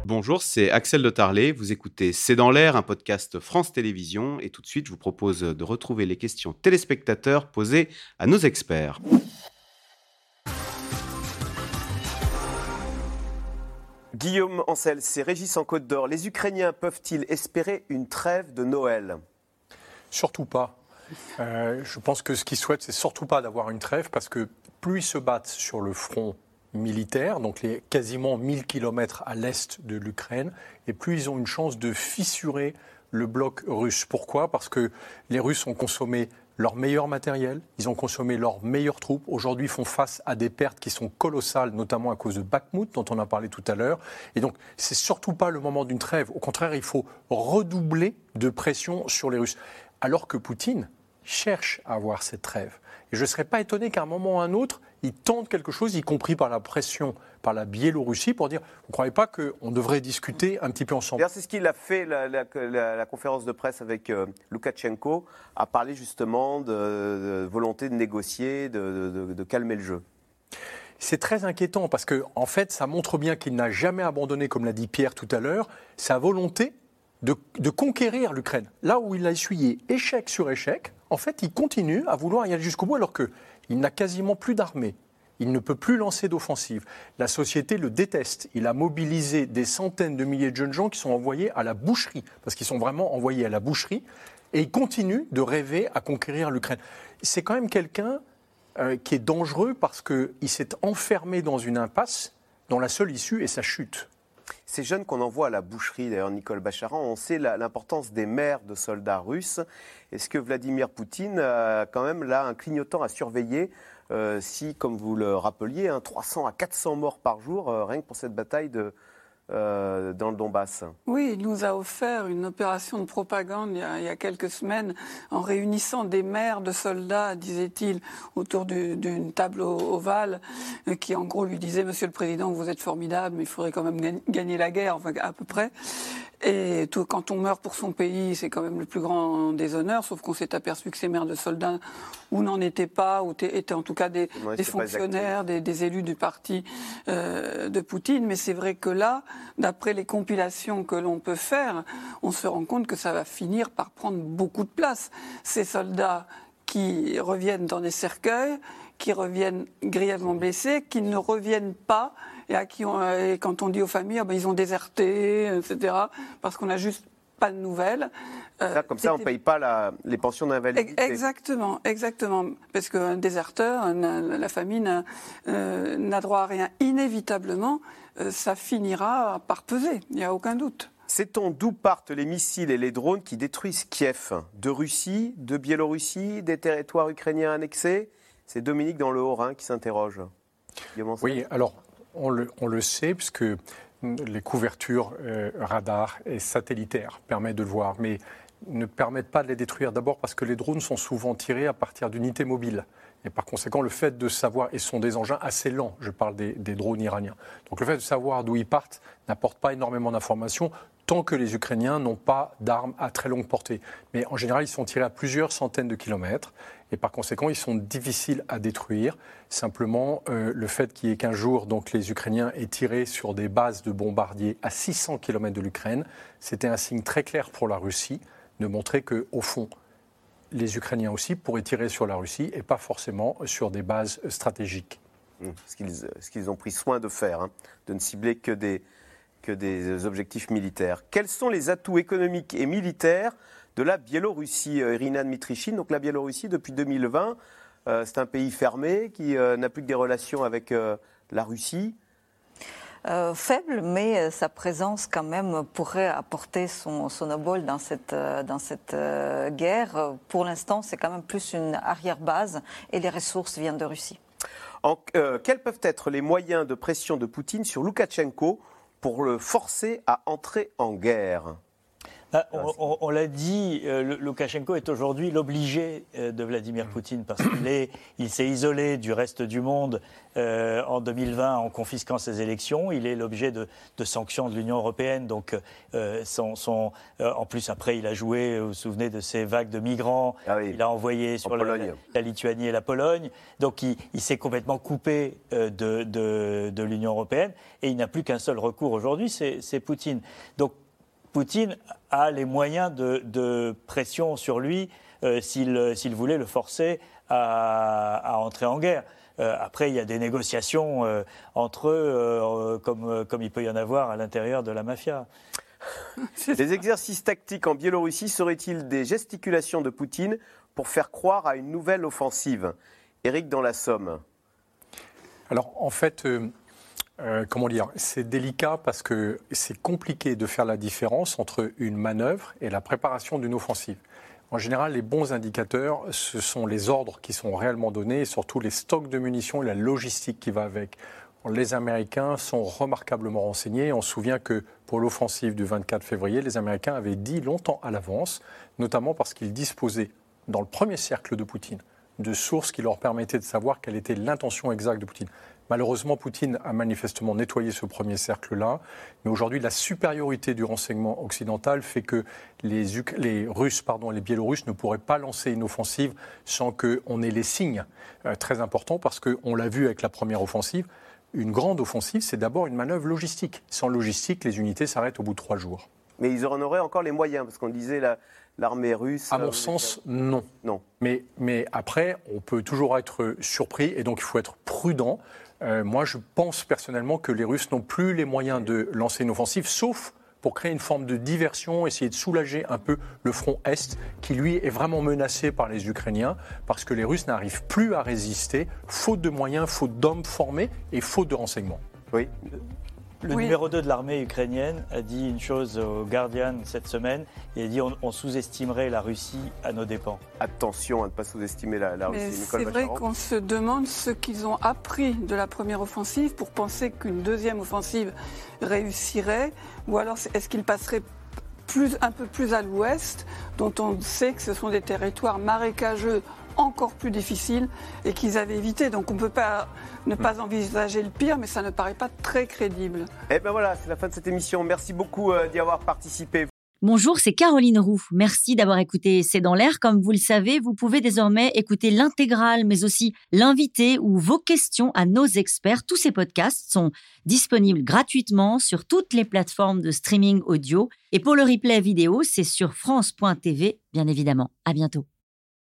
Bonjour, c'est Axel de Tarlet. Vous écoutez C'est dans l'air, un podcast France Télévisions. Et tout de suite, je vous propose de retrouver les questions téléspectateurs posées à nos experts. Guillaume Ancel, c'est Régis en Côte d'Or. Les Ukrainiens peuvent-ils espérer une trêve de Noël ? Surtout pas. Je pense que ce qu'ils souhaitent, c'est surtout pas d'avoir une trêve, parce que plus ils se battent sur le front militaire, donc les quasiment 1000 km à l'est de l'Ukraine, et plus ils ont une chance de fissurer le bloc russe. Pourquoi ? Parce que les Russes ont consommé leur meilleur matériel, ils ont consommé leurs meilleures troupes. Aujourd'hui, ils font face à des pertes qui sont colossales, notamment à cause de Bakhmout, dont on a parlé tout à l'heure. Et donc, c'est surtout pas le moment d'une trêve. Au contraire, il faut redoubler de pression sur les Russes. Alors que Poutine cherche à avoir cette trêve. Et je ne serais pas étonné qu'à un moment ou à un autre, il tente quelque chose, y compris par la pression, par la Biélorussie, pour dire, vous ne croyez pas qu'on devrait discuter un petit peu ensemble ? D'ailleurs, c'est ce qu'il a fait, la conférence de presse avec Loukachenko, a parlé justement de volonté de négocier, de calmer le jeu. C'est très inquiétant parce que, en fait, ça montre bien qu'il n'a jamais abandonné, comme l'a dit Pierre tout à l'heure, sa volonté de conquérir l'Ukraine. Là où il a essuyé échec sur échec, en fait, il continue à vouloir y aller jusqu'au bout alors qu'il n'a quasiment plus d'armée. Il ne peut plus lancer d'offensive. La société le déteste. Il a mobilisé des centaines de milliers de jeunes gens qui sont envoyés à la boucherie, parce qu'ils sont vraiment envoyés à la boucherie, et il continue de rêver à conquérir l'Ukraine. C'est quand même quelqu'un qui est dangereux parce qu'il s'est enfermé dans une impasse dont la seule issue est sa chute. Ces jeunes qu'on envoie à la boucherie, d'ailleurs Nicole Bacharan, on sait l'importance des mères de soldats russes. Est-ce que Vladimir Poutine a quand même là un clignotant à surveiller si, comme vous le rappeliez, 300 à 400 morts par jour, rien que pour cette bataille dans le Donbass. Oui, il nous a offert une opération de propagande il y a quelques semaines en réunissant des mères de soldats, disait-il, autour d'une table ovale qui en gros lui disait « Monsieur le Président, vous êtes formidable, mais il faudrait quand même gagner la guerre », enfin à peu près. Et quand on meurt pour son pays, c'est quand même le plus grand des honneurs, sauf qu'on s'est aperçu que ces mères de soldats ou n'en étaient pas, ou étaient en tout cas des fonctionnaires, des élus du parti de Poutine. Mais c'est vrai que là, d'après les compilations que l'on peut faire, on se rend compte que ça va finir par prendre beaucoup de place. Ces soldats qui reviennent dans des cercueils, qui reviennent grièvement blessés, qui ne reviennent pas, et quand on dit aux familles, ils ont déserté, etc., parce qu'on n'a juste pas de nouvelles. Comme ça, on ne paye pas les pensions d'invalidité. Exactement. Parce qu'un déserteur, la famille n'a droit à rien. Inévitablement, ça finira par peser, il n'y a aucun doute. Sait-on d'où partent les missiles et les drones qui détruisent Kiev ? De Russie, de Biélorussie, des territoires ukrainiens annexés ? C'est Dominique dans le Haut-Rhin qui s'interroge. Oui, alors on le sait, puisque les couvertures radar et satellitaires permettent de le voir, mais ne permettent pas de les détruire. D'abord parce que les drones sont souvent tirés à partir d'unités mobiles. Et par conséquent, le fait de savoir, et ce sont des engins assez lents, je parle des drones iraniens, donc le fait de savoir d'où ils partent n'apporte pas énormément d'informations tant que les Ukrainiens n'ont pas d'armes à très longue portée. Mais en général, ils sont tirés à plusieurs centaines de kilomètres et par conséquent, ils sont difficiles à détruire. Simplement, le fait qu'il y ait qu'un jour, donc, les Ukrainiens aient tiré sur des bases de bombardiers à 600 km de l'Ukraine, c'était un signe très clair pour la Russie de montrer qu'au fond, les Ukrainiens aussi pourraient tirer sur la Russie et pas forcément sur des bases stratégiques. Ce qu'ils ont pris soin de faire, de ne cibler que des objectifs militaires. Quels sont les atouts économiques et militaires de la Biélorussie, Irina Dmitrichine? Donc la Biélorussie, depuis 2020, c'est un pays fermé qui n'a plus que des relations avec la Russie. Faible, mais sa présence quand même pourrait apporter son obol dans cette guerre. Pour l'instant, c'est quand même plus une arrière-base et les ressources viennent de Russie. Quels peuvent être les moyens de pression de Poutine sur Loukachenko pour le forcer à entrer en guerre ? On l'a dit, Loukachenko est aujourd'hui l'obligé de Vladimir Poutine parce qu'il s'est isolé du reste du monde en 2020 en confisquant ses élections. Il est l'objet de sanctions de l'Union européenne. Donc, en plus, après, il a joué, vous vous souvenez, de ces vagues de migrants. Il a envoyé sur la Lituanie et la Pologne. Donc, il s'est complètement coupé de l'Union européenne. Et il n'a plus qu'un seul recours aujourd'hui, c'est Poutine. Donc, Poutine a les moyens de pression sur lui s'il voulait le forcer à entrer en guerre. Après, il y a des négociations entre eux, comme il peut y en avoir à l'intérieur de la mafia. Les exercices tactiques en Biélorussie seraient-ils des gesticulations de Poutine pour faire croire à une nouvelle offensive ? Éric, dans la Somme. Alors, en fait... comment dire, c'est délicat parce que c'est compliqué de faire la différence entre une manœuvre et la préparation d'une offensive. En général, les bons indicateurs, ce sont les ordres qui sont réellement donnés et surtout les stocks de munitions et la logistique qui va avec. Les Américains sont remarquablement renseignés. On se souvient que pour l'offensive du 24 février, les Américains avaient dit longtemps à l'avance, notamment parce qu'ils disposaient, dans le premier cercle de Poutine, de sources qui leur permettaient de savoir quelle était l'intention exacte de Poutine. Malheureusement, Poutine a manifestement nettoyé ce premier cercle-là. Mais aujourd'hui, la supériorité du renseignement occidental fait que les Russes, les Biélorusses ne pourraient pas lancer une offensive sans qu'on ait les signes très importants. Parce qu'on l'a vu avec la première offensive, une grande offensive, c'est d'abord une manœuvre logistique. Sans logistique, les unités s'arrêtent au bout de 3 jours. Mais ils en auraient encore les moyens, parce qu'on disait l'armée russe... À mon sens, non. Mais après, on peut toujours être surpris, et donc il faut être prudent. Moi, je pense personnellement que les Russes n'ont plus les moyens de lancer une offensive, sauf pour créer une forme de diversion, essayer de soulager un peu le front Est, qui lui est vraiment menacé par les Ukrainiens, parce que les Russes n'arrivent plus à résister, faute de moyens, faute d'hommes formés et faute de renseignements. Oui. Le numéro 2 de l'armée ukrainienne a dit une chose au Guardian cette semaine. Il a dit on sous-estimerait la Russie à nos dépens. Attention à ne pas sous-estimer la Russie. Mais c'est vrai qu'on se demande ce qu'ils ont appris de la première offensive pour penser qu'une deuxième offensive réussirait. Ou alors est-ce qu'ils passeraient un peu plus à l'ouest, dont on sait que ce sont des territoires marécageux encore plus difficile et qu'ils avaient évité. Donc on ne peut pas ne pas envisager le pire, mais ça ne paraît pas très crédible. Et ben voilà, c'est la fin de cette émission. Merci beaucoup d'y avoir participé. Bonjour, c'est Caroline Roux. Merci d'avoir écouté C'est dans l'air. Comme vous le savez, vous pouvez désormais écouter l'intégrale, mais aussi l'invité ou vos questions à nos experts. Tous ces podcasts sont disponibles gratuitement sur toutes les plateformes de streaming audio. Et pour le replay vidéo, c'est sur France.tv, bien évidemment. À bientôt.